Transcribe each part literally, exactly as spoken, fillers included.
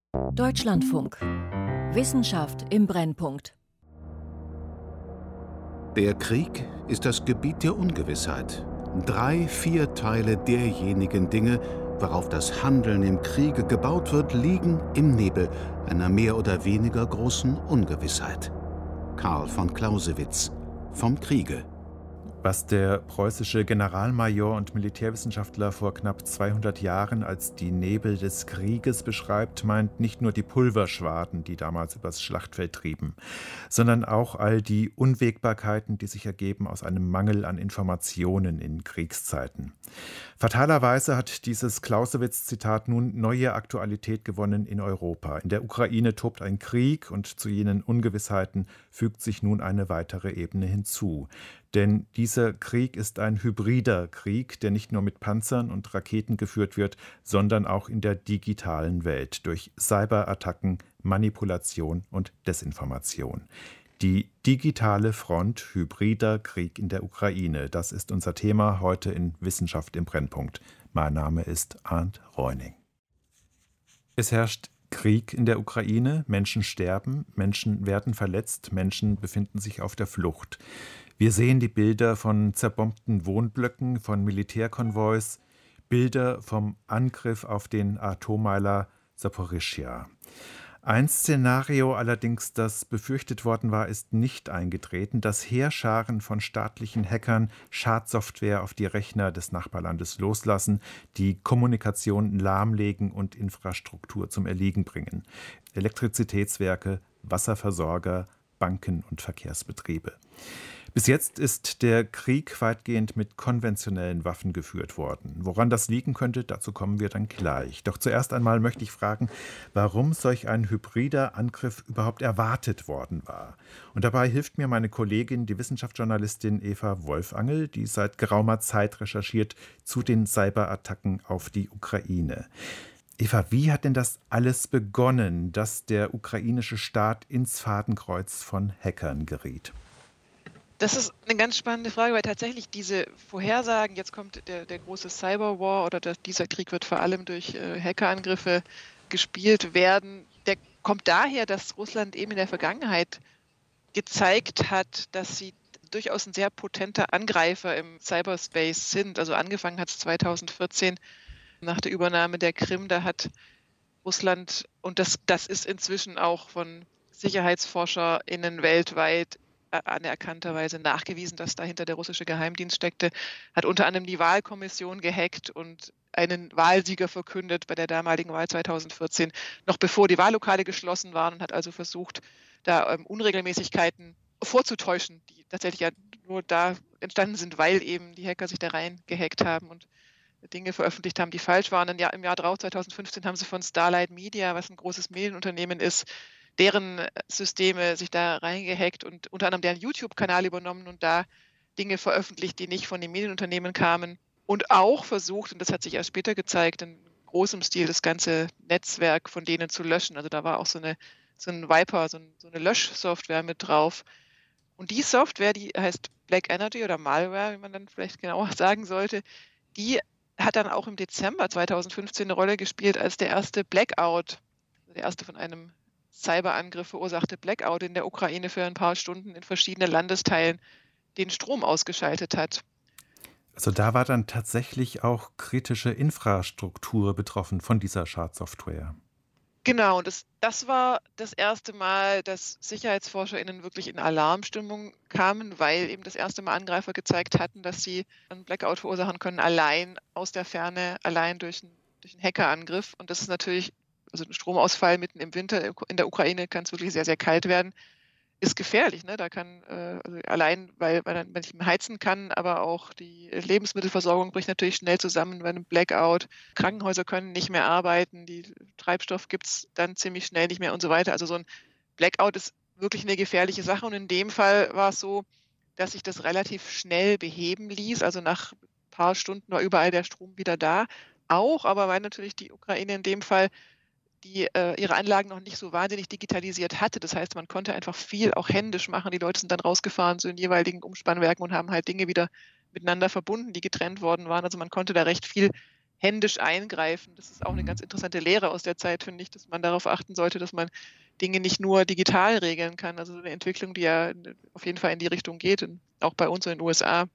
Deutschlandfunk. Wissenschaft im Brennpunkt. Der Krieg ist das Gebiet der Ungewissheit. Drei Vierteile derjenigen Dinge, worauf das Handeln im Kriege gebaut wird, liegen im Nebel einer mehr oder weniger großen Ungewissheit. Karl von Clausewitz, Vom Kriege. Was der preußische Generalmajor und Militärwissenschaftler vor knapp zweihundert Jahren als die Nebel des Krieges beschreibt, meint nicht nur die Pulverschwaden, die damals übers Schlachtfeld trieben, sondern auch all die Unwägbarkeiten, die sich ergeben aus einem Mangel an Informationen in Kriegszeiten. Fatalerweise hat dieses Clausewitz-Zitat nun neue Aktualität gewonnen in Europa. In der Ukraine tobt ein Krieg und zu jenen Ungewissheiten fügt sich nun eine weitere Ebene hinzu. Denn dieser Krieg ist ein hybrider Krieg, der nicht nur mit Panzern und Raketen geführt wird, sondern auch in der digitalen Welt durch Cyberattacken, Manipulation und Desinformation. Die digitale Front, hybrider Krieg in der Ukraine, das ist unser Thema heute in Wissenschaft im Brennpunkt. Mein Name ist Arndt Reuning. Es herrscht Krieg in der Ukraine, Menschen sterben, Menschen werden verletzt, Menschen befinden sich auf der Flucht. Wir sehen die Bilder von zerbombten Wohnblöcken, von Militärkonvois, Bilder vom Angriff auf den Atommeiler Saporischschja. Ein Szenario allerdings, das befürchtet worden war, ist nicht eingetreten, dass Heerscharen von staatlichen Hackern Schadsoftware auf die Rechner des Nachbarlandes loslassen, die Kommunikation lahmlegen und Infrastruktur zum Erliegen bringen. Elektrizitätswerke, Wasserversorger, Banken und Verkehrsbetriebe. Bis jetzt ist der Krieg weitgehend mit konventionellen Waffen geführt worden. Woran das liegen könnte, dazu kommen wir dann gleich. Doch zuerst einmal möchte ich fragen, warum solch ein hybrider Angriff überhaupt erwartet worden war. Und dabei hilft mir meine Kollegin, die Wissenschaftsjournalistin Eva Wolfangel, die seit geraumer Zeit recherchiert zu den Cyberattacken auf die Ukraine. Eva, wie hat denn das alles begonnen, dass der ukrainische Staat ins Fadenkreuz von Hackern geriet? Das ist eine ganz spannende Frage, weil tatsächlich diese Vorhersagen, jetzt kommt der, der große Cyberwar oder der, dieser Krieg wird vor allem durch äh, Hackerangriffe gespielt werden, der kommt daher, dass Russland eben in der Vergangenheit gezeigt hat, dass sie durchaus ein sehr potenter Angreifer im Cyberspace sind. Also angefangen hat es zweitausendvierzehn nach der Übernahme der Krim, da hat Russland, und das, das ist inzwischen auch von SicherheitsforscherInnen weltweit anerkannterweise nachgewiesen, dass dahinter der russische Geheimdienst steckte, hat unter anderem die Wahlkommission gehackt und einen Wahlsieger verkündet bei der damaligen Wahl zweitausendvierzehn, noch bevor die Wahllokale geschlossen waren, und hat also versucht, da ähm, Unregelmäßigkeiten vorzutäuschen, die tatsächlich ja nur da entstanden sind, weil eben die Hacker sich da rein gehackt haben und Dinge veröffentlicht haben, die falsch waren. Dann ja, im Jahr drauf, zweitausendfünfzehn, haben sie von Starlight Media, was ein großes Medienunternehmen ist, deren Systeme sich da reingehackt und unter anderem deren YouTube-Kanal übernommen und da Dinge veröffentlicht, die nicht von den Medienunternehmen kamen. Und auch versucht, und das hat sich erst später gezeigt, in großem Stil das ganze Netzwerk von denen zu löschen. Also da war auch so eine so ein Viper, so, ein, so eine Löschsoftware mit drauf. Und die Software, die heißt Black Energy oder Malware, wie man dann vielleicht genauer sagen sollte, die hat dann auch im Dezember zweitausendfünfzehn eine Rolle gespielt, als der erste Blackout, der erste von einem Cyberangriff verursachte Blackout in der Ukraine für ein paar Stunden in verschiedenen Landesteilen den Strom ausgeschaltet hat. Also da war dann tatsächlich auch kritische Infrastruktur betroffen von dieser Schadsoftware. Genau, und das, das war das erste Mal, dass SicherheitsforscherInnen wirklich in Alarmstimmung kamen, weil eben das erste Mal Angreifer gezeigt hatten, dass sie einen Blackout verursachen können, allein aus der Ferne, allein durch einen, durch einen Hackerangriff. Und das ist natürlich, also ein Stromausfall mitten im Winter in der Ukraine, kann es wirklich sehr, sehr kalt werden, ist gefährlich. Ne? Da kann äh, also allein, weil man nicht mehr heizen kann, aber auch die Lebensmittelversorgung bricht natürlich schnell zusammen bei einem Blackout. Krankenhäuser können nicht mehr arbeiten, die Treibstoff gibt es dann ziemlich schnell nicht mehr und so weiter. Also so ein Blackout ist wirklich eine gefährliche Sache, und in dem Fall war es so, dass sich das relativ schnell beheben ließ. Also nach ein paar Stunden war überall der Strom wieder da. Auch, aber weil natürlich die Ukraine in dem Fall die äh, ihre Anlagen noch nicht so wahnsinnig digitalisiert hatte. Das heißt, man konnte einfach viel auch händisch machen. Die Leute sind dann rausgefahren zu den jeweiligen Umspannwerken und haben halt Dinge wieder miteinander verbunden, die getrennt worden waren. Also man konnte da recht viel händisch eingreifen. Das ist auch eine ganz interessante Lehre aus der Zeit, finde ich, dass man darauf achten sollte, dass man Dinge nicht nur digital regeln kann. Also eine Entwicklung, die ja auf jeden Fall in die Richtung geht, auch bei uns in den U S A.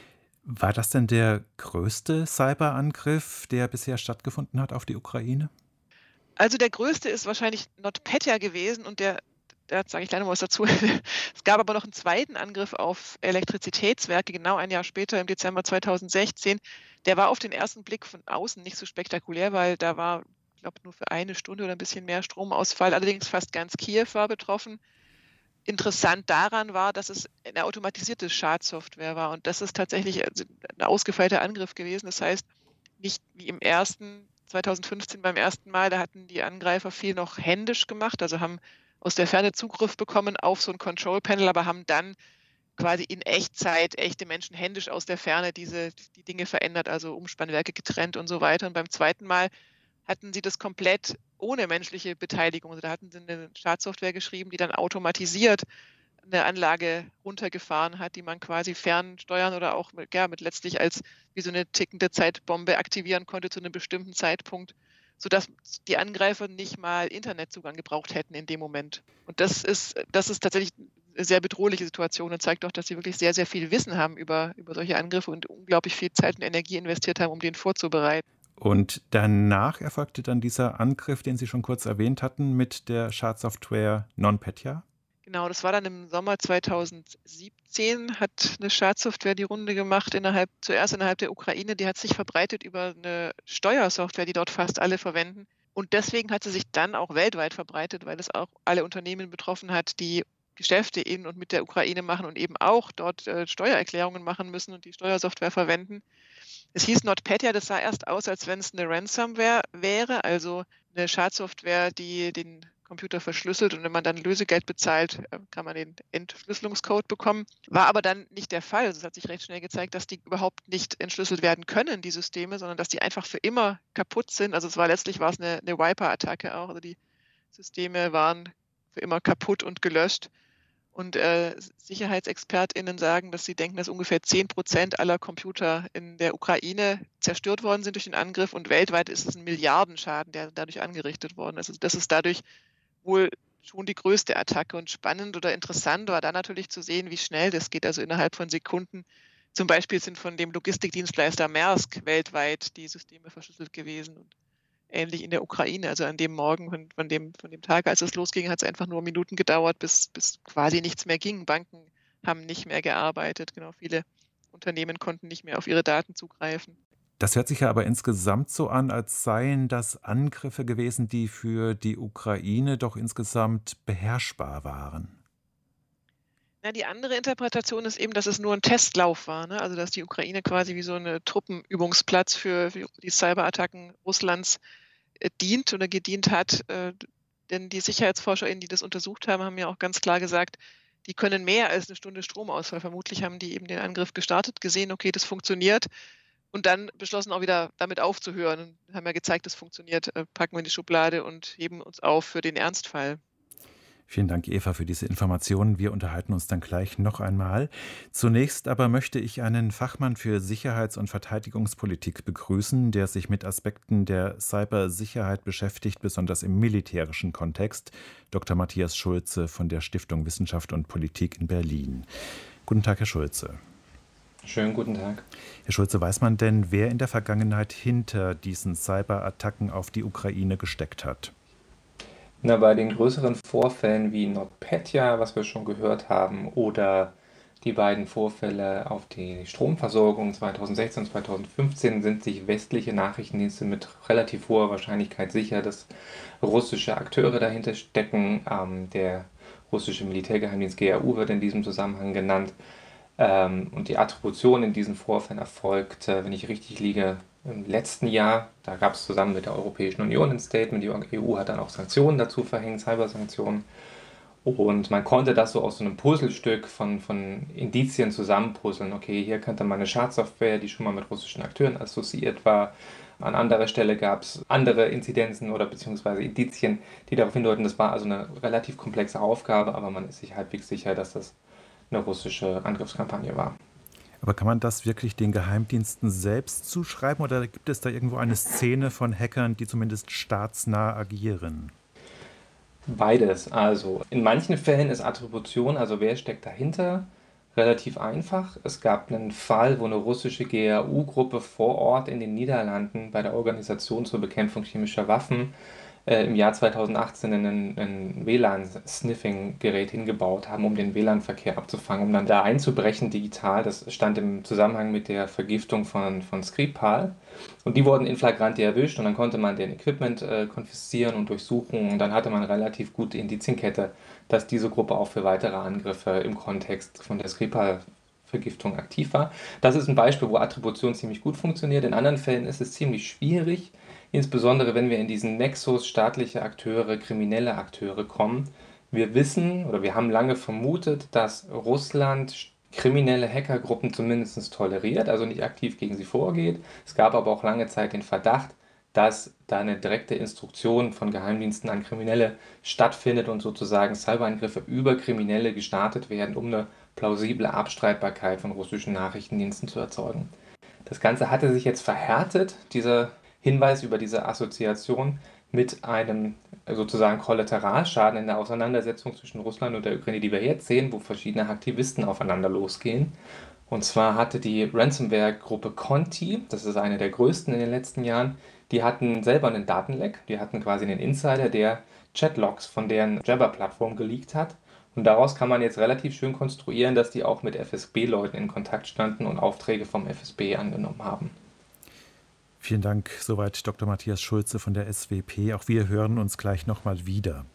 War das denn der größte Cyberangriff, der bisher stattgefunden hat auf die Ukraine? Also der größte ist wahrscheinlich NotPetya gewesen und der, da sage ich gleich noch was dazu. Es gab aber noch einen zweiten Angriff auf Elektrizitätswerke, genau ein Jahr später, im Dezember zweitausendsechzehn. Der war auf den ersten Blick von außen nicht so spektakulär, weil da war, ich glaube, nur für eine Stunde oder ein bisschen mehr Stromausfall. Allerdings fast ganz Kiew war betroffen. Interessant daran war, dass es eine automatisierte Schadsoftware war. Und das ist tatsächlich ein ausgefeilter Angriff gewesen. Das heißt, nicht wie im ersten, zweitausendfünfzehn beim ersten Mal, da hatten die Angreifer viel noch händisch gemacht, also haben aus der Ferne Zugriff bekommen auf so ein Control Panel, aber haben dann quasi in Echtzeit echte Menschen händisch aus der Ferne diese die Dinge verändert, also Umspannwerke getrennt und so weiter. Und beim zweiten Mal hatten sie das komplett ohne menschliche Beteiligung. Also da hatten sie eine Schadsoftware geschrieben, die dann automatisiert eine Anlage runtergefahren hat, die man quasi fernsteuern oder auch mit, ja, mit letztlich als wie so eine tickende Zeitbombe aktivieren konnte zu einem bestimmten Zeitpunkt, sodass die Angreifer nicht mal Internetzugang gebraucht hätten in dem Moment. Und das ist, das ist tatsächlich eine sehr bedrohliche Situation und zeigt auch, dass sie wirklich sehr, sehr viel Wissen haben über, über solche Angriffe und unglaublich viel Zeit und Energie investiert haben, um den vorzubereiten. Und danach erfolgte dann dieser Angriff, den Sie schon kurz erwähnt hatten, mit der Schadsoftware NotPetya? Genau, das war dann im Sommer zweitausendsiebzehn, hat eine Schadsoftware die Runde gemacht, innerhalb, zuerst innerhalb der Ukraine. Die hat sich verbreitet über eine Steuersoftware, die dort fast alle verwenden. Und deswegen hat sie sich dann auch weltweit verbreitet, weil es auch alle Unternehmen betroffen hat, die Geschäfte in und mit der Ukraine machen und eben auch dort äh, Steuererklärungen machen müssen und die Steuersoftware verwenden. Es hieß NotPetya, das sah erst aus, als wenn es eine Ransomware wäre, also eine Schadsoftware, die den Computer verschlüsselt und wenn man dann Lösegeld bezahlt, kann man den Entschlüsselungscode bekommen. War aber dann nicht der Fall. Also es hat sich recht schnell gezeigt, dass die überhaupt nicht entschlüsselt werden können, die Systeme, sondern dass die einfach für immer kaputt sind. Also es war letztlich war es eine, eine Wiper-Attacke auch. Also die Systeme waren für immer kaputt und gelöscht. Und äh, SicherheitsexpertInnen sagen, dass sie denken, dass ungefähr zehn Prozent aller Computer in der Ukraine zerstört worden sind durch den Angriff und weltweit ist es ein Milliardenschaden, der dadurch angerichtet worden ist. Also das ist dadurch wohl schon die größte Attacke und spannend oder interessant war da natürlich zu sehen, wie schnell das geht. Also innerhalb von Sekunden. Zum Beispiel sind von dem Logistikdienstleister Maersk weltweit die Systeme verschlüsselt gewesen und ähnlich in der Ukraine. Also an dem Morgen von, von, dem, von dem Tag, als es losging, hat es einfach nur Minuten gedauert, bis, bis quasi nichts mehr ging. Banken haben nicht mehr gearbeitet. Genau, viele Unternehmen konnten nicht mehr auf ihre Daten zugreifen. Das hört sich ja aber insgesamt so an, als seien das Angriffe gewesen, die für die Ukraine doch insgesamt beherrschbar waren. Na, die andere Interpretation ist eben, dass es nur ein Testlauf war. Ne? Also dass die Ukraine quasi wie so ein Truppenübungsplatz für, für die Cyberattacken Russlands äh, dient oder gedient hat. Äh, denn die SicherheitsforscherInnen, die das untersucht haben, haben ja auch ganz klar gesagt, die können mehr als eine Stunde Stromausfall. Vermutlich haben die eben den Angriff gestartet, gesehen, okay, das funktioniert. Und dann beschlossen auch wieder damit aufzuhören und haben ja gezeigt, das funktioniert, äh, packen wir in die Schublade und heben uns auf für den Ernstfall. Vielen Dank, Eva, für diese Informationen. Wir unterhalten uns dann gleich noch einmal. Zunächst aber möchte ich einen Fachmann für Sicherheits- und Verteidigungspolitik begrüßen, der sich mit Aspekten der Cybersicherheit beschäftigt, besonders im militärischen Kontext. Doktor Matthias Schulze von der Stiftung Wissenschaft und Politik in Berlin. Guten Tag, Herr Schulze. Schönen guten Tag. Herr Schulze, weiß man denn, wer in der Vergangenheit hinter diesen Cyberattacken auf die Ukraine gesteckt hat? Na, bei den größeren Vorfällen wie NotPetya, was wir schon gehört haben, oder die beiden Vorfälle auf die Stromversorgung zweitausendsechzehn und zweitausendfünfzehn sind sich westliche Nachrichtendienste mit relativ hoher Wahrscheinlichkeit sicher, dass russische Akteure dahinter stecken. Ähm, der russische Militärgeheimdienst G R U wird in diesem Zusammenhang genannt. Ähm, und die Attribution in diesen Vorfällen erfolgt, äh, wenn ich richtig liege, im letzten Jahr. Da gab es zusammen mit der Europäischen Union ein Statement. Die E U hat dann auch Sanktionen dazu verhängt, Cybersanktionen. Und man konnte das so aus so einem Puzzlestück von, von Indizien zusammenpuzzeln. Okay, hier kannte man eine Schadsoftware, die schon mal mit russischen Akteuren assoziiert war. An anderer Stelle gab es andere Inzidenzen oder beziehungsweise Indizien, die darauf hindeuten, das war also eine relativ komplexe Aufgabe, aber man ist sich halbwegs sicher, dass das eine russische Angriffskampagne war. Aber kann man das wirklich den Geheimdiensten selbst zuschreiben oder gibt es da irgendwo eine Szene von Hackern, die zumindest staatsnah agieren? Beides. Also in manchen Fällen ist Attribution, also wer steckt dahinter, relativ einfach. Es gab einen Fall, wo eine russische G R U-Gruppe vor Ort in den Niederlanden bei der Organisation zur Bekämpfung chemischer Waffen äh, im Jahr zweitausendachtzehn ein, ein W L A N-Sniffing-Gerät hingebaut haben, um den W L A N-Verkehr abzufangen, um dann da einzubrechen digital. Das stand im Zusammenhang mit der Vergiftung von, von Skripal. Und die wurden in flagranti erwischt und dann konnte man deren Equipment äh, konfiszieren und durchsuchen und dann hatte man relativ gute Indizienkette, dass diese Gruppe auch für weitere Angriffe im Kontext von der Skripal-Vergiftung aktiv war. Das ist ein Beispiel, wo Attribution ziemlich gut funktioniert. In anderen Fällen ist es ziemlich schwierig, insbesondere wenn wir in diesen Nexus staatliche Akteure, kriminelle Akteure kommen. Wir wissen oder wir haben lange vermutet, dass Russland kriminelle Hackergruppen zumindest toleriert, also nicht aktiv gegen sie vorgeht. Es gab aber auch lange Zeit den Verdacht, dass da eine direkte Instruktion von Geheimdiensten an Kriminelle stattfindet und sozusagen Cyberangriffe über Kriminelle gestartet werden, um eine plausible Abstreitbarkeit von russischen Nachrichtendiensten zu erzeugen. Das Ganze hatte sich jetzt verhärtet, dieser Hinweis über diese Assoziation, mit einem sozusagen Kollateralschaden in der Auseinandersetzung zwischen Russland und der Ukraine, die wir jetzt sehen, wo verschiedene Aktivisten aufeinander losgehen. Und zwar hatte die Ransomware-Gruppe Conti, das ist eine der größten in den letzten Jahren, die hatten selber einen Datenleck, die hatten quasi einen Insider, der Chatlogs von deren Jabber-Plattform geleakt hat. Und daraus kann man jetzt relativ schön konstruieren, dass die auch mit F S B-Leuten in Kontakt standen und Aufträge vom F S B angenommen haben. Vielen Dank, soweit Doktor Matthias Schulze von der S W P. Auch wir hören uns gleich nochmal wieder.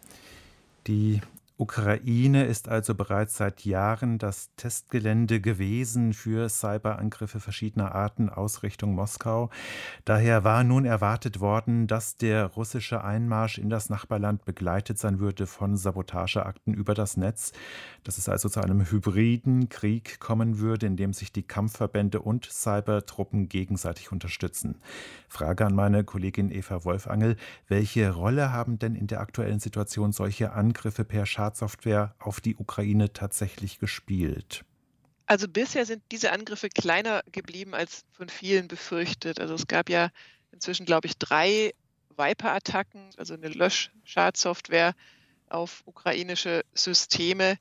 Die Ukraine ist also bereits seit Jahren das Testgelände gewesen für Cyberangriffe verschiedener Arten aus Richtung Moskau. Daher war nun erwartet worden, dass der russische Einmarsch in das Nachbarland begleitet sein würde von Sabotageakten über das Netz. Dass es also zu einem hybriden Krieg kommen würde, in dem sich die Kampfverbände und Cybertruppen gegenseitig unterstützen. Frage an meine Kollegin Eva Wolfangel: Welche Rolle haben denn in der aktuellen Situation solche Angriffe per Schadsoftware auf die Ukraine tatsächlich gespielt? Also bisher sind diese Angriffe kleiner geblieben als von vielen befürchtet. Also es gab ja inzwischen, glaube ich, drei Viper-Attacken, also eine Löschschadsoftware auf ukrainische Systeme,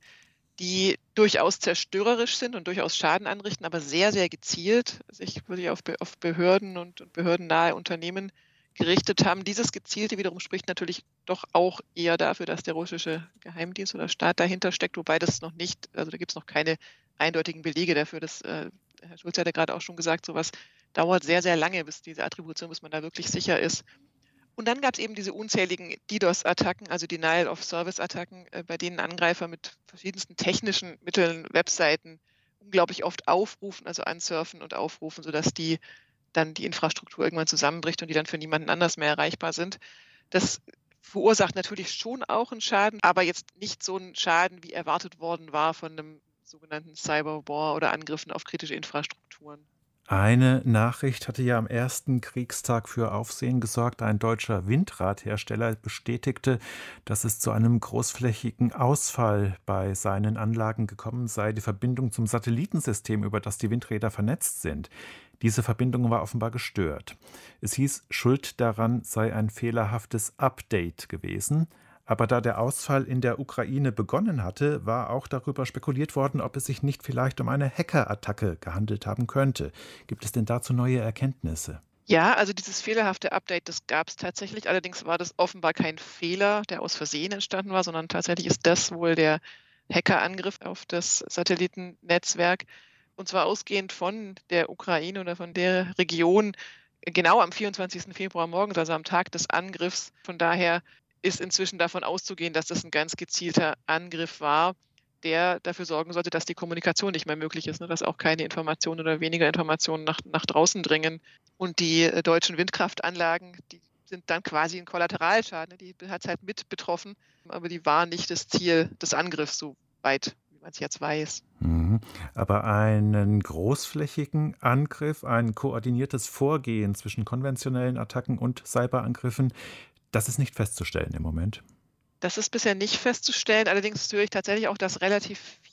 die durchaus zerstörerisch sind und durchaus Schaden anrichten, aber sehr, sehr gezielt sich wirklich auf, Be auf Behörden und, und behördennahe Unternehmen gerichtet haben. Dieses Gezielte wiederum spricht natürlich doch auch eher dafür, dass der russische Geheimdienst oder Staat dahinter steckt, wobei das noch nicht, also da gibt es noch keine eindeutigen Belege dafür. Das, äh, Herr Schulze hat ja gerade auch schon gesagt, sowas dauert sehr, sehr lange, bis diese Attribution, bis man da wirklich sicher ist. Und dann gab es eben diese unzähligen DDoS-Attacken, also Denial-of-Service-Attacken, äh, bei denen Angreifer mit verschiedensten technischen Mitteln, Webseiten unglaublich oft aufrufen, also ansurfen und aufrufen, sodass die dann die Infrastruktur irgendwann zusammenbricht und die dann für niemanden anders mehr erreichbar sind. Das verursacht natürlich schon auch einen Schaden, aber jetzt nicht so einen Schaden, wie erwartet worden war von einem sogenannten Cyberwar oder Angriffen auf kritische Infrastrukturen. Eine Nachricht hatte ja am ersten Kriegstag für Aufsehen gesorgt. Ein deutscher Windradhersteller bestätigte, dass es zu einem großflächigen Ausfall bei seinen Anlagen gekommen sei. Die Verbindung zum Satellitensystem, über das die Windräder vernetzt sind, diese Verbindung war offenbar gestört. Es hieß, Schuld daran sei ein fehlerhaftes Update gewesen. Aber da der Ausfall in der Ukraine begonnen hatte, war auch darüber spekuliert worden, ob es sich nicht vielleicht um eine Hackerattacke gehandelt haben könnte. Gibt es denn dazu neue Erkenntnisse? Ja, also dieses fehlerhafte Update, das gab es tatsächlich. Allerdings war das offenbar kein Fehler, der aus Versehen entstanden war, sondern tatsächlich ist das wohl der Hackerangriff auf das Satellitennetzwerk. Und zwar ausgehend von der Ukraine oder von der Region, genau am vierundzwanzigsten Februar morgens, also am Tag des Angriffs. Von daher ist inzwischen davon auszugehen, dass das ein ganz gezielter Angriff war, der dafür sorgen sollte, dass die Kommunikation nicht mehr möglich ist, ne? Dass auch keine Informationen oder weniger Informationen nach, nach draußen dringen. Und die äh, deutschen Windkraftanlagen, die sind dann quasi ein Kollateralschaden. Ne? Die hat es halt mit betroffen, aber die waren nicht das Ziel des Angriffs, soweit wie man es jetzt weiß. Mhm. Aber einen großflächigen Angriff, ein koordiniertes Vorgehen zwischen konventionellen Attacken und Cyberangriffen, das ist nicht festzustellen im Moment. Das ist bisher nicht festzustellen. Allerdings höre ich tatsächlich auch, dass relativ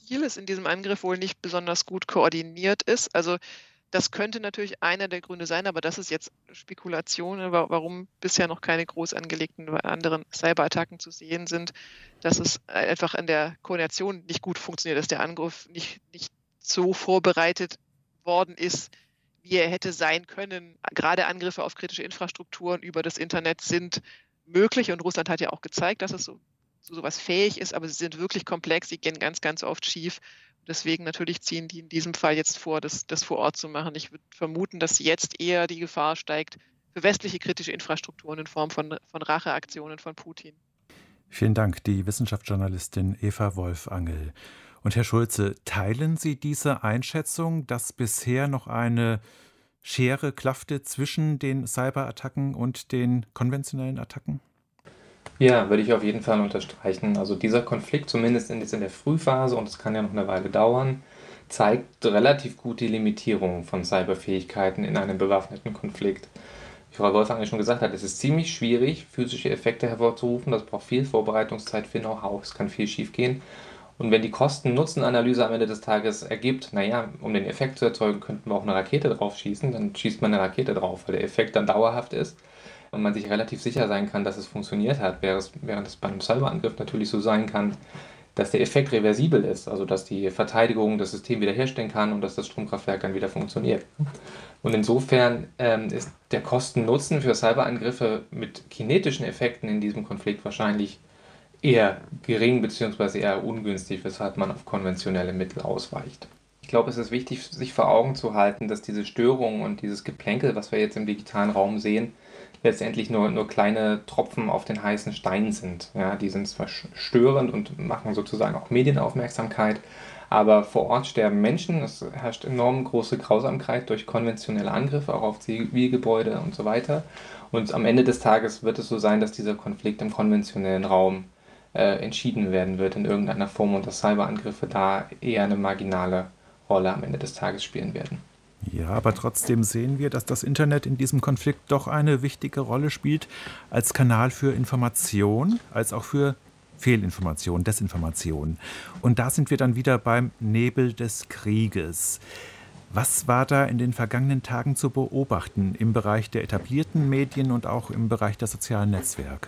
vieles in diesem Angriff wohl nicht besonders gut koordiniert ist. Also das könnte natürlich einer der Gründe sein, aber das ist jetzt Spekulation, ne, wa- warum bisher noch keine groß angelegten anderen Cyberattacken zu sehen sind, dass es einfach in der Koordination nicht gut funktioniert, dass der Angriff nicht, nicht so vorbereitet worden ist, wie er hätte sein können. Gerade Angriffe auf kritische Infrastrukturen über das Internet sind möglich und Russland hat ja auch gezeigt, dass es so, so sowas fähig ist, aber sie sind wirklich komplex, sie gehen ganz, ganz oft schief. Deswegen natürlich ziehen die in diesem Fall jetzt vor, das, das vor Ort zu machen. Ich würde vermuten, dass jetzt eher die Gefahr steigt für westliche kritische Infrastrukturen in Form von, von Racheaktionen von Putin. Vielen Dank, die Wissenschaftsjournalistin Eva Wolfangel. Und Herr Schulze, teilen Sie diese Einschätzung, dass bisher noch eine Schere klaffte zwischen den Cyberattacken und den konventionellen Attacken? Ja, würde ich auf jeden Fall unterstreichen. Also dieser Konflikt, zumindest in, jetzt in der Frühphase, und es kann ja noch eine Weile dauern, zeigt relativ gut die Limitierung von Cyberfähigkeiten in einem bewaffneten Konflikt. Wie Frau Wolfgang schon gesagt hat, es ist ziemlich schwierig, physische Effekte hervorzurufen. Das braucht viel Vorbereitungszeit, viel Know-how, es kann viel schiefgehen. Und wenn die Kosten-Nutzen-Analyse am Ende des Tages ergibt, naja, um den Effekt zu erzeugen, könnten wir auch eine Rakete drauf schießen, dann schießt man eine Rakete drauf, weil der Effekt dann dauerhaft ist und man sich relativ sicher sein kann, dass es funktioniert hat, während es, während es bei einem Cyberangriff natürlich so sein kann, dass der Effekt reversibel ist, also dass die Verteidigung das System wiederherstellen kann und dass das Stromkraftwerk dann wieder funktioniert. Und insofern ähm, ist der Kosten-Nutzen für Cyberangriffe mit kinetischen Effekten in diesem Konflikt wahrscheinlich eher gering bzw. eher ungünstig, weshalb man auf konventionelle Mittel ausweicht. Ich glaube, es ist wichtig, sich vor Augen zu halten, dass diese Störungen und dieses Geplänkel, was wir jetzt im digitalen Raum sehen, letztendlich nur, nur kleine Tropfen auf den heißen Stein sind. Ja, die sind zwar störend und machen sozusagen auch Medienaufmerksamkeit, aber vor Ort sterben Menschen. Es herrscht enorm große Grausamkeit durch konventionelle Angriffe, auch auf Zivilgebäude und so weiter. Und am Ende des Tages wird es so sein, dass dieser Konflikt im konventionellen Raum äh, entschieden werden wird in irgendeiner Form und dass Cyberangriffe da eher eine marginale Rolle am Ende des Tages spielen werden. Ja, aber trotzdem sehen wir, dass das Internet in diesem Konflikt doch eine wichtige Rolle spielt als Kanal für Information, als auch für Fehlinformation, Desinformation. Und da sind wir dann wieder beim Nebel des Krieges. Was war da in den vergangenen Tagen zu beobachten im Bereich der etablierten Medien und auch im Bereich der sozialen Netzwerke?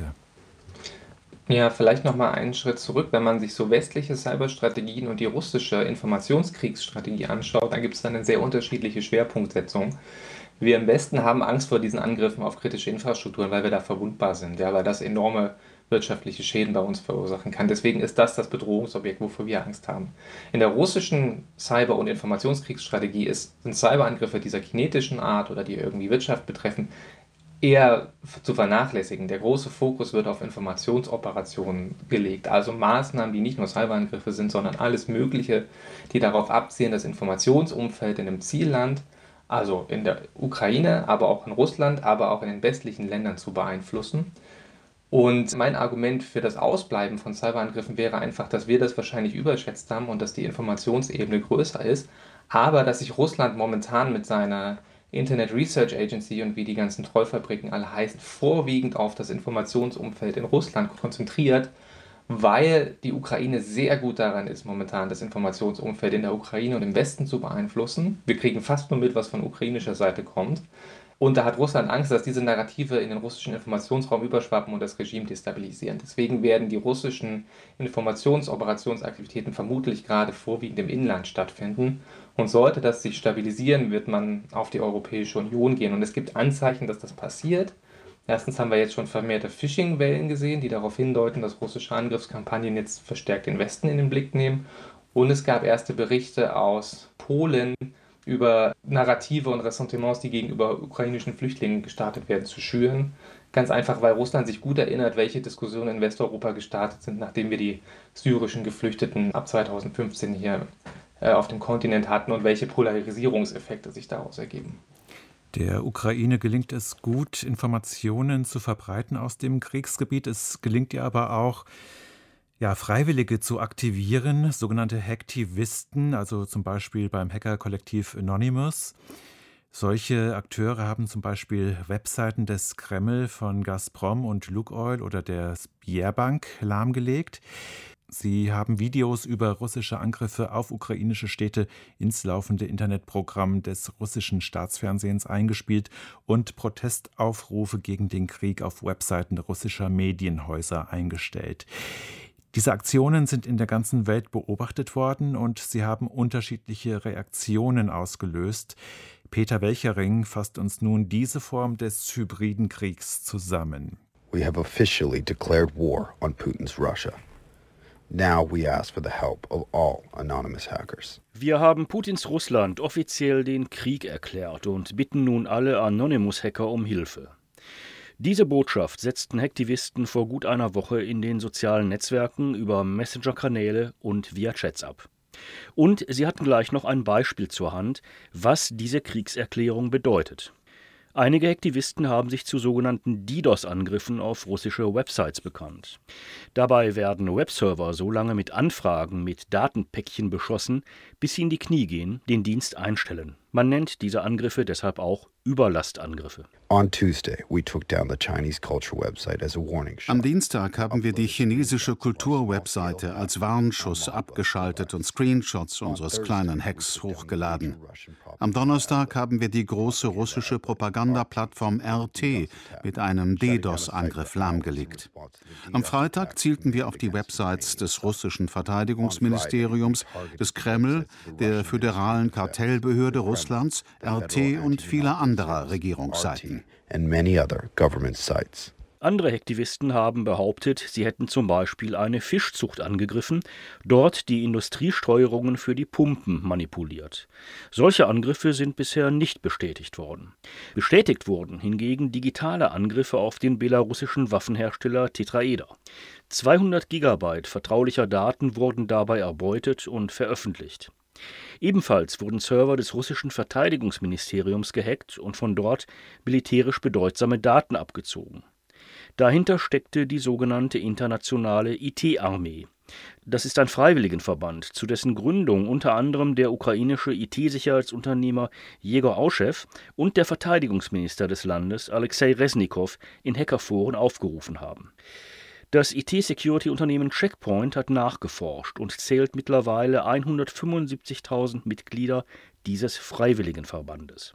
Ja, vielleicht nochmal einen Schritt zurück, wenn man sich so westliche Cyberstrategien und die russische Informationskriegsstrategie anschaut, dann gibt es da eine sehr unterschiedliche Schwerpunktsetzung. Wir im Westen haben Angst vor diesen Angriffen auf kritische Infrastrukturen, weil wir da verwundbar sind, ja, weil das enorme wirtschaftliche Schäden bei uns verursachen kann. Deswegen ist das das Bedrohungsobjekt, wovor wir Angst haben. In der russischen Cyber- und Informationskriegsstrategie ist, sind Cyberangriffe dieser kinetischen Art oder die irgendwie Wirtschaft betreffen, eher zu vernachlässigen. Der große Fokus wird auf Informationsoperationen gelegt, also Maßnahmen, die nicht nur Cyberangriffe sind, sondern alles Mögliche, die darauf abzielen, das Informationsumfeld in einem Zielland, also in der Ukraine, aber auch in Russland, aber auch in den westlichen Ländern zu beeinflussen. Und mein Argument für das Ausbleiben von Cyberangriffen wäre einfach, dass wir das wahrscheinlich überschätzt haben und dass die Informationsebene größer ist, aber dass sich Russland momentan mit seiner Internet Research Agency und wie die ganzen Trollfabriken alle heißen, vorwiegend auf das Informationsumfeld in Russland konzentriert, weil die Ukraine sehr gut daran ist, momentan das Informationsumfeld in der Ukraine und im Westen zu beeinflussen. Wir kriegen fast nur mit, was von ukrainischer Seite kommt. Und da hat Russland Angst, dass diese Narrative in den russischen Informationsraum überschwappen und das Regime destabilisieren. Deswegen werden die russischen Informationsoperationsaktivitäten vermutlich gerade vorwiegend im Inland stattfinden. Und sollte das sich stabilisieren, wird man auf die Europäische Union gehen. Und es gibt Anzeichen, dass das passiert. Erstens haben wir jetzt schon vermehrte Phishing-Wellen gesehen, die darauf hindeuten, dass russische Angriffskampagnen jetzt verstärkt den Westen in den Blick nehmen. Und es gab erste Berichte aus Polen über Narrative und Ressentiments, die gegenüber ukrainischen Flüchtlingen gestartet werden, zu schüren. Ganz einfach, weil Russland sich gut erinnert, welche Diskussionen in Westeuropa gestartet sind, nachdem wir die syrischen Geflüchteten ab zweitausendfünfzehn hier äh, auf dem Kontinent hatten und welche Polarisierungseffekte sich daraus ergeben. Der Ukraine gelingt es gut, Informationen zu verbreiten aus dem Kriegsgebiet. Es gelingt ihr aber auch, ja, Freiwillige zu aktivieren, sogenannte Hacktivisten, also zum Beispiel beim Hackerkollektiv Anonymous. Solche Akteure haben zum Beispiel Webseiten des Kreml von Gazprom und Lukoil oder der Sberbank lahmgelegt. Sie haben Videos über russische Angriffe auf ukrainische Städte ins laufende Internetprogramm des russischen Staatsfernsehens eingespielt und Protestaufrufe gegen den Krieg auf Webseiten russischer Medienhäuser eingestellt. Diese Aktionen sind in der ganzen Welt beobachtet worden und sie haben unterschiedliche Reaktionen ausgelöst. Peter Welchering fasst uns nun diese Form des hybriden Kriegs zusammen. We have officially declared war on Putin's Russia. Now we ask for the help of all anonymous hackers. Wir haben Putins Russland offiziell den Krieg erklärt und bitten nun alle Anonymous-Hacker um Hilfe. Diese Botschaft setzten Hacktivisten vor gut einer Woche in den sozialen Netzwerken über Messenger-Kanäle und via Chats ab. Und sie hatten gleich noch ein Beispiel zur Hand, was diese Kriegserklärung bedeutet. Einige Hacktivisten haben sich zu sogenannten DDoS-Angriffen auf russische Websites bekannt. Dabei werden Webserver so lange mit Anfragen mit Datenpäckchen beschossen, bis sie in die Knie gehen, den Dienst einstellen. Man nennt diese Angriffe deshalb auch Überlastangriffe. On Tuesday, we took down the Chinese culture website as a warning shot. Am Dienstag haben wir die chinesische Kulturwebseite als Warnschuss abgeschaltet und Screenshots unseres kleinen Hacks hochgeladen. Am Donnerstag haben wir die große russische Propagandaplattform R T mit einem DDoS-Angriff lahmgelegt. Am Freitag zielten wir auf die Websites des russischen Verteidigungsministeriums, des Kreml, der föderalen Kartellbehörde Russlands, R T und vieler anderer Regierungsseiten. Andere Hacktivisten haben behauptet, sie hätten zum Beispiel eine Fischzucht angegriffen, dort die Industriesteuerungen für die Pumpen manipuliert. Solche Angriffe sind bisher nicht bestätigt worden. Bestätigt wurden hingegen digitale Angriffe auf den belarussischen Waffenhersteller Tetraeder. zweihundert Gigabyte vertraulicher Daten wurden dabei erbeutet und veröffentlicht. Ebenfalls wurden Server des russischen Verteidigungsministeriums gehackt und von dort militärisch bedeutsame Daten abgezogen. Dahinter steckte die sogenannte internationale I T-Armee. Das ist ein Freiwilligenverband, zu dessen Gründung unter anderem der ukrainische I T-Sicherheitsunternehmer Jegor Auschew und der Verteidigungsminister des Landes Alexei Resnikow in Hackerforen aufgerufen haben. Das I T-Security-Unternehmen Check Point hat nachgeforscht und zählt mittlerweile hundertfünfundsiebzigtausend Mitglieder dieses Freiwilligenverbandes.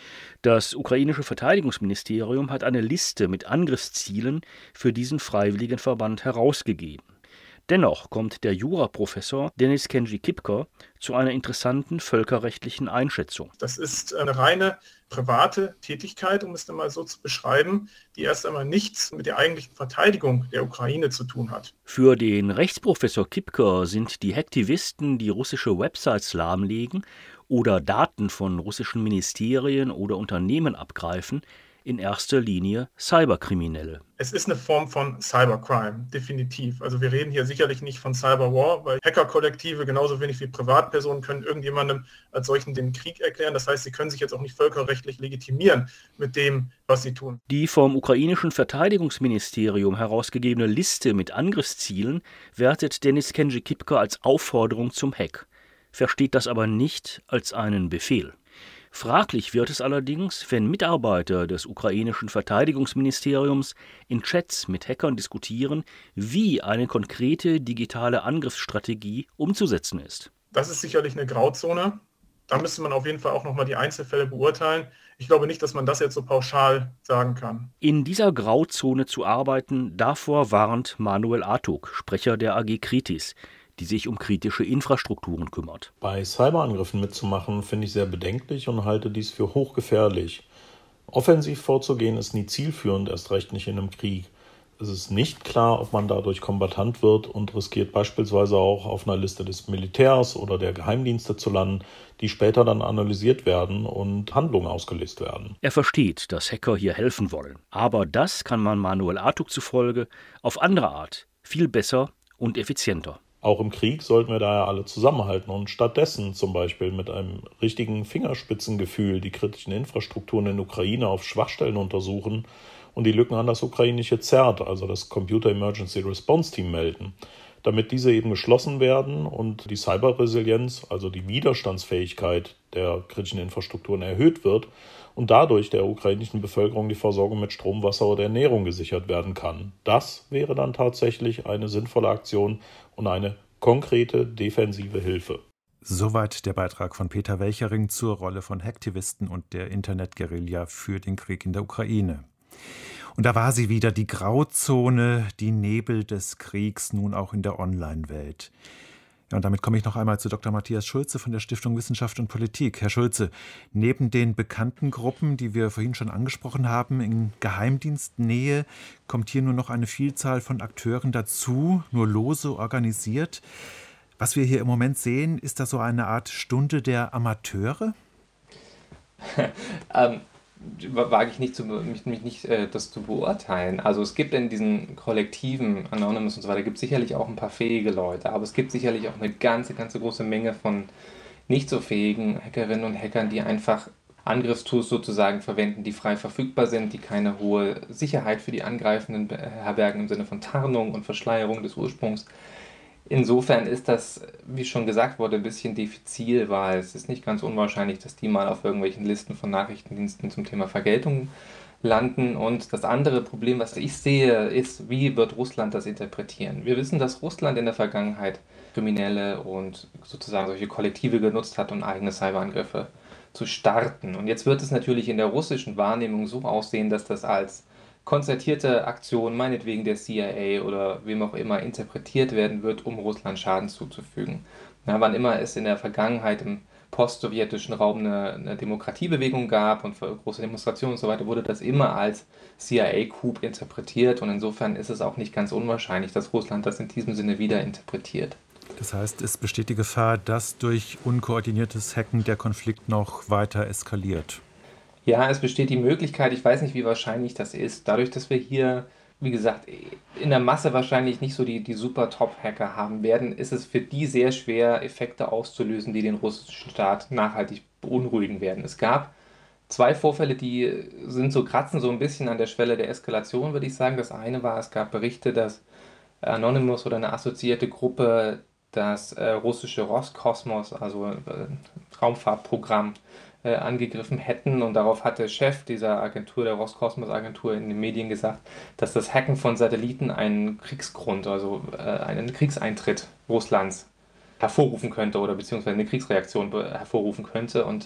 Das ukrainische Verteidigungsministerium hat eine Liste mit Angriffszielen für diesen Freiwilligenverband herausgegeben. Dennoch kommt der Juraprofessor Denis Kenji Kipker zu einer interessanten völkerrechtlichen Einschätzung. Das ist eine reine private Tätigkeit, um es dann mal so zu beschreiben, die erst einmal nichts mit der eigentlichen Verteidigung der Ukraine zu tun hat. Für den Rechtsprofessor Kipker sind die Hacktivisten, die russische Websites lahmlegen oder Daten von russischen Ministerien oder Unternehmen abgreifen, in erster Linie Cyberkriminelle. Es ist eine Form von Cybercrime, definitiv. Also wir reden hier sicherlich nicht von Cyberwar, weil Hackerkollektive genauso wenig wie Privatpersonen können irgendjemandem als solchen den Krieg erklären. Das heißt, sie können sich jetzt auch nicht völkerrechtlich legitimieren mit dem, was sie tun. Die vom ukrainischen Verteidigungsministerium herausgegebene Liste mit Angriffszielen wertet Denis Kenji Kipker als Aufforderung zum Hack, versteht das aber nicht als einen Befehl. Fraglich wird es allerdings, wenn Mitarbeiter des ukrainischen Verteidigungsministeriums in Chats mit Hackern diskutieren, wie eine konkrete digitale Angriffsstrategie umzusetzen ist. Das ist sicherlich eine Grauzone. Da müsste man auf jeden Fall auch nochmal die Einzelfälle beurteilen. Ich glaube nicht, dass man das jetzt so pauschal sagen kann. In dieser Grauzone zu arbeiten, davor warnt Manuel Artuk, Sprecher der A G Kritis, die sich um kritische Infrastrukturen kümmert. Bei Cyberangriffen mitzumachen, finde ich sehr bedenklich und halte dies für hochgefährlich. Offensiv vorzugehen ist nie zielführend, erst recht nicht in einem Krieg. Es ist nicht klar, ob man dadurch Kombattant wird und riskiert beispielsweise auch auf einer Liste des Militärs oder der Geheimdienste zu landen, die später dann analysiert werden und Handlungen ausgelöst werden. Er versteht, dass Hacker hier helfen wollen. Aber das kann man Manuel Artuk zufolge auf andere Art viel besser und effizienter. Auch im Krieg sollten wir daher alle zusammenhalten und stattdessen zum Beispiel mit einem richtigen Fingerspitzengefühl die kritischen Infrastrukturen in der Ukraine auf Schwachstellen untersuchen und die Lücken an das ukrainische C E R T, also das Computer Emergency Response Team, melden. Damit diese eben geschlossen werden und die Cyberresilienz, also die Widerstandsfähigkeit der kritischen Infrastrukturen erhöht wird und dadurch der ukrainischen Bevölkerung die Versorgung mit Strom, Wasser oder Ernährung gesichert werden kann. Das wäre dann tatsächlich eine sinnvolle Aktion und eine konkrete defensive Hilfe. Soweit der Beitrag von Peter Welchering zur Rolle von Hacktivisten und der Internetguerilla für den Krieg in der Ukraine. Und da war sie wieder, die Grauzone, die Nebel des Kriegs, nun auch in der Online-Welt. Ja, und damit komme ich noch einmal zu Doktor Matthias Schulze von der Stiftung Wissenschaft und Politik. Herr Schulze, neben den bekannten Gruppen, die wir vorhin schon angesprochen haben, in Geheimdienstnähe, kommt hier nur noch eine Vielzahl von Akteuren dazu, nur lose organisiert. Was wir hier im Moment sehen, ist das so eine Art Stunde der Amateure? ähm, wage ich nicht, zu, mich, mich nicht äh, das zu beurteilen. Also es gibt in diesen Kollektiven, Anonymous und so weiter, gibt es sicherlich auch ein paar fähige Leute, aber es gibt sicherlich auch eine ganze, ganze große Menge von nicht so fähigen Hackerinnen und Hackern, die einfach Angriffstools sozusagen verwenden, die frei verfügbar sind, die keine hohe Sicherheit für die Angreifenden beherbergen im Sinne von Tarnung und Verschleierung des Ursprungs. Insofern ist das, wie schon gesagt wurde, ein bisschen diffizil, weil es ist nicht ganz unwahrscheinlich, dass die mal auf irgendwelchen Listen von Nachrichtendiensten zum Thema Vergeltung landen. Und das andere Problem, was ich sehe, ist, wie wird Russland das interpretieren? Wir wissen, dass Russland in der Vergangenheit Kriminelle und sozusagen solche Kollektive genutzt hat, um eigene Cyberangriffe zu starten. Und jetzt wird es natürlich in der russischen Wahrnehmung so aussehen, dass das als konzertierte Aktion, meinetwegen der C I A oder wem auch immer, interpretiert werden wird, um Russland Schaden zuzufügen. Ja, wann immer es in der Vergangenheit im post-sowjetischen Raum eine, eine Demokratiebewegung gab und für große Demonstrationen und so weiter, wurde das immer als C I A-Coup interpretiert und insofern ist es auch nicht ganz unwahrscheinlich, dass Russland das in diesem Sinne wieder interpretiert. Das heißt, es besteht die Gefahr, dass durch unkoordiniertes Hacken der Konflikt noch weiter eskaliert. Ja, es besteht die Möglichkeit, ich weiß nicht, wie wahrscheinlich das ist, dadurch, dass wir hier, wie gesagt, in der Masse wahrscheinlich nicht so die, die super Top-Hacker haben werden, ist es für die sehr schwer, Effekte auszulösen, die den russischen Staat nachhaltig beunruhigen werden. Es gab zwei Vorfälle, die sind so, kratzen so ein bisschen an der Schwelle der Eskalation, würde ich sagen. Das eine war, es gab Berichte, dass Anonymous oder eine assoziierte Gruppe das äh, russische Roskosmos, also äh, Raumfahrtprogramm, äh, angegriffen hätten. Und darauf hat der Chef dieser Agentur, der Roskosmos-Agentur, in den Medien gesagt, dass das Hacken von Satelliten einen Kriegsgrund, also äh, einen Kriegseintritt Russlands hervorrufen könnte oder beziehungsweise eine Kriegsreaktion hervorrufen könnte. Und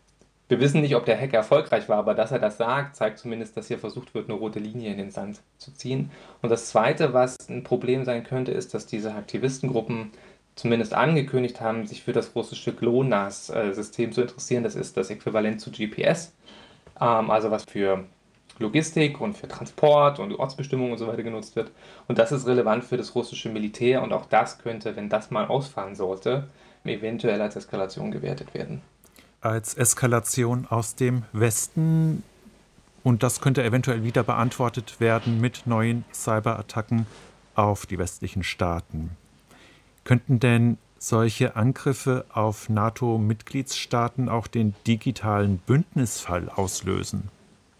wir wissen nicht, ob der Hacker erfolgreich war, aber dass er das sagt, zeigt zumindest, dass hier versucht wird, eine rote Linie in den Sand zu ziehen. Und das Zweite, was ein Problem sein könnte, ist, dass diese Aktivistengruppen zumindest angekündigt haben, sich für das russische GLONASS-System zu interessieren. Das ist das Äquivalent zu G P S, ähm, also was für Logistik und für Transport und Ortsbestimmung und so weiter genutzt wird. Und das ist relevant für das russische Militär und auch das könnte, wenn das mal ausfallen sollte, eventuell als Eskalation gewertet werden. Als Eskalation aus dem Westen. Und das könnte eventuell wieder beantwortet werden mit neuen Cyberattacken auf die westlichen Staaten. Könnten denn solche Angriffe auf NATO-Mitgliedstaaten auch den digitalen Bündnisfall auslösen?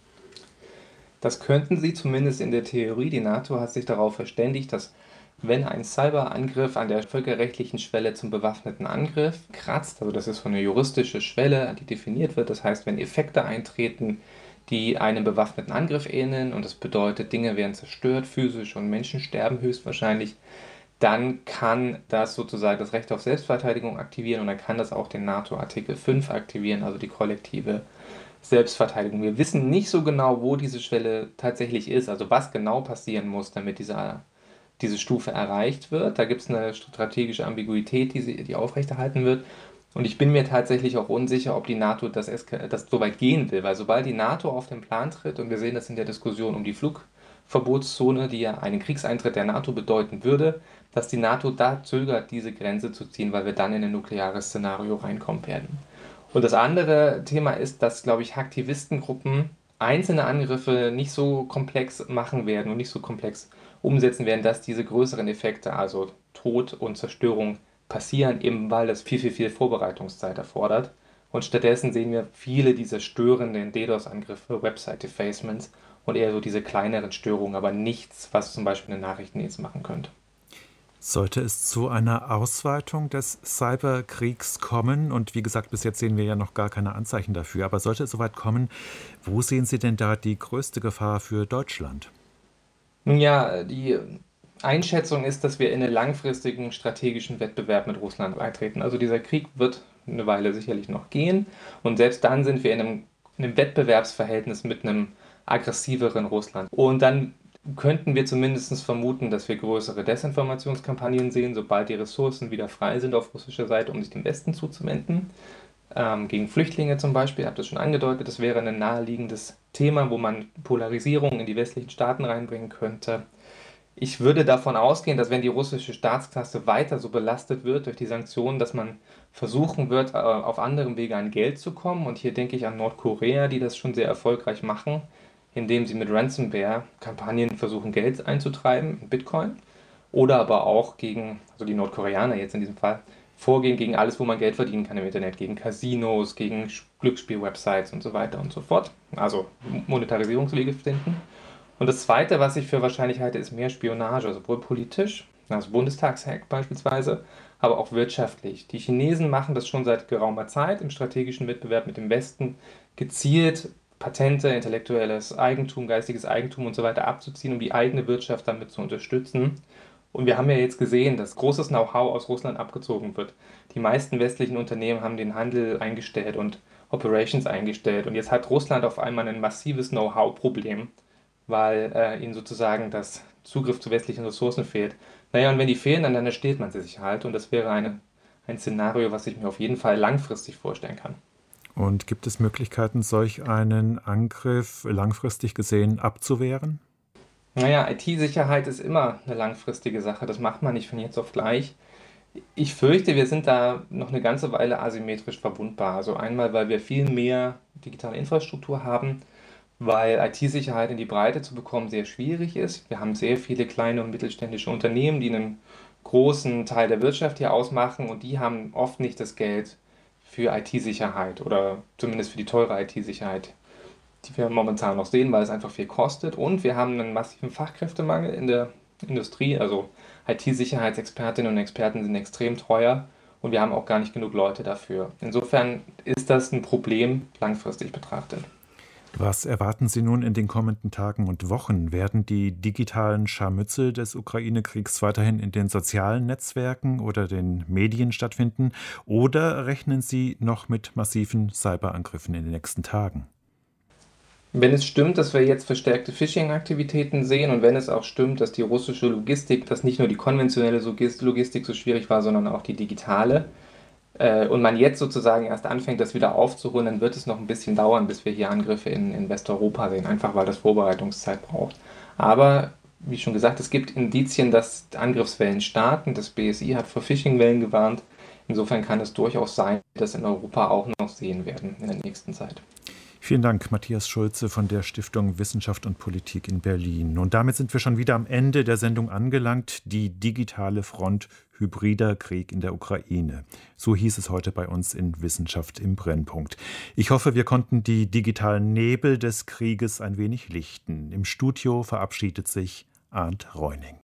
Das könnten sie zumindest in der Theorie. Die NATO hat sich darauf verständigt, dass wenn ein Cyberangriff an der völkerrechtlichen Schwelle zum bewaffneten Angriff kratzt, also das ist so eine juristische Schwelle, die definiert wird, das heißt, wenn Effekte eintreten, die einem bewaffneten Angriff ähneln, und das bedeutet, Dinge werden zerstört, physisch, und Menschen sterben höchstwahrscheinlich, dann kann das sozusagen das Recht auf Selbstverteidigung aktivieren und dann kann das auch den NATO-Artikel fünf aktivieren, also die kollektive Selbstverteidigung. Wir wissen nicht so genau, wo diese Schwelle tatsächlich ist, also was genau passieren muss, damit dieser diese Stufe erreicht wird. Da gibt es eine strategische Ambiguität, die, sie, die aufrechterhalten wird. Und ich bin mir tatsächlich auch unsicher, ob die NATO das, das so weit gehen will, weil sobald die NATO auf den Plan tritt, und wir sehen das in der Diskussion um die Flugverbotszone, die ja einen Kriegseintritt der NATO bedeuten würde, dass die NATO da zögert, diese Grenze zu ziehen, weil wir dann in ein nukleares Szenario reinkommen werden. Und das andere Thema ist, dass, glaube ich, Aktivistengruppen einzelne Angriffe nicht so komplex machen werden und nicht so komplex umsetzen werden, dass diese größeren Effekte, also Tod und Zerstörung, passieren, eben weil das viel, viel, viel Vorbereitungszeit erfordert. Und stattdessen sehen wir viele dieser störenden DDoS-Angriffe, Website-Defacements, und eher so diese kleineren Störungen, aber nichts, was zum Beispiel eine Nachrichtendienst machen könnte. Sollte es zu einer Ausweitung des Cyberkriegs kommen, und wie gesagt, bis jetzt sehen wir ja noch gar keine Anzeichen dafür, aber sollte es soweit kommen, wo sehen Sie denn da die größte Gefahr für Deutschland? Nun ja, die Einschätzung ist, dass wir in einen langfristigen strategischen Wettbewerb mit Russland eintreten. Also dieser Krieg wird eine Weile sicherlich noch gehen und selbst dann sind wir in einem, in einem Wettbewerbsverhältnis mit einem aggressiveren Russland. Und dann könnten wir zumindest vermuten, dass wir größere Desinformationskampagnen sehen, sobald die Ressourcen wieder frei sind auf russischer Seite, um sich dem Westen zuzuwenden. Ähm, gegen Flüchtlinge zum Beispiel, ihr habt das schon angedeutet, das wäre ein naheliegendes Thema, wo man Polarisierung in die westlichen Staaten reinbringen könnte. Ich würde davon ausgehen, dass wenn die russische Staatskasse weiter so belastet wird durch die Sanktionen, dass man versuchen wird, auf anderem Wege an Geld zu kommen. Und hier denke ich an Nordkorea, die das schon sehr erfolgreich machen, indem sie mit Ransomware-Kampagnen versuchen, Geld einzutreiben in Bitcoin. Oder aber auch gegen, also die Nordkoreaner jetzt in diesem Fall, vorgehen gegen alles, wo man Geld verdienen kann im Internet, gegen Casinos, gegen Glücksspiel-Websites und so weiter und so fort. Also Monetarisierungswege finden. Und das Zweite, was ich für wahrscheinlich halte, ist mehr Spionage, sowohl politisch, also Bundestagshack beispielsweise, aber auch wirtschaftlich. Die Chinesen machen das schon seit geraumer Zeit im strategischen Wettbewerb mit dem Westen, gezielt Patente, intellektuelles Eigentum, geistiges Eigentum und so weiter abzuziehen, um die eigene Wirtschaft damit zu unterstützen. Und wir haben ja jetzt gesehen, dass großes Know-how aus Russland abgezogen wird. Die meisten westlichen Unternehmen haben den Handel eingestellt und Operations eingestellt. Und jetzt hat Russland auf einmal ein massives Know-how-Problem, weil äh, ihnen sozusagen das Zugriff zu westlichen Ressourcen fehlt. Naja, und wenn die fehlen, dann, dann ersteht man sie sich halt. Und das wäre eine, ein Szenario, was ich mir auf jeden Fall langfristig vorstellen kann. Und gibt es Möglichkeiten, solch einen Angriff langfristig gesehen abzuwehren? Naja, I T-Sicherheit ist immer eine langfristige Sache. Das macht man nicht von jetzt auf gleich. Ich fürchte, wir sind da noch eine ganze Weile asymmetrisch verwundbar. Also einmal, weil wir viel mehr digitale Infrastruktur haben, weil I T-Sicherheit in die Breite zu bekommen sehr schwierig ist. Wir haben sehr viele kleine und mittelständische Unternehmen, die einen großen Teil der Wirtschaft hier ausmachen und die haben oft nicht das Geld für I T-Sicherheit oder zumindest für die teure I T-Sicherheit, die wir momentan noch sehen, weil es einfach viel kostet. Und wir haben einen massiven Fachkräftemangel in der Industrie. Also I T-Sicherheitsexpertinnen und Experten sind extrem teuer und wir haben auch gar nicht genug Leute dafür. Insofern ist das ein Problem langfristig betrachtet. Was erwarten Sie nun in den kommenden Tagen und Wochen? Werden die digitalen Scharmützel des Ukraine-Kriegs weiterhin in den sozialen Netzwerken oder den Medien stattfinden? Oder rechnen Sie noch mit massiven Cyberangriffen in den nächsten Tagen? Wenn es stimmt, dass wir jetzt verstärkte Phishing-Aktivitäten sehen und wenn es auch stimmt, dass die russische Logistik, dass nicht nur die konventionelle Logistik so schwierig war, sondern auch die digitale, äh, und man jetzt sozusagen erst anfängt, das wieder aufzuholen, dann wird es noch ein bisschen dauern, bis wir hier Angriffe in, in Westeuropa sehen, einfach weil das Vorbereitungszeit braucht. Aber wie schon gesagt, es gibt Indizien, dass Angriffswellen starten. Das B S I hat vor Phishing-Wellen gewarnt. Insofern kann es durchaus sein, dass in Europa auch noch sehen werden in der nächsten Zeit. Vielen Dank, Matthias Schulze von der Stiftung Wissenschaft und Politik in Berlin. Und damit sind wir schon wieder am Ende der Sendung angelangt. Die digitale Front, hybrider Krieg in der Ukraine. So hieß es heute bei uns in Wissenschaft im Brennpunkt. Ich hoffe, wir konnten die digitalen Nebel des Krieges ein wenig lichten. Im Studio verabschiedet sich Arndt Reuning.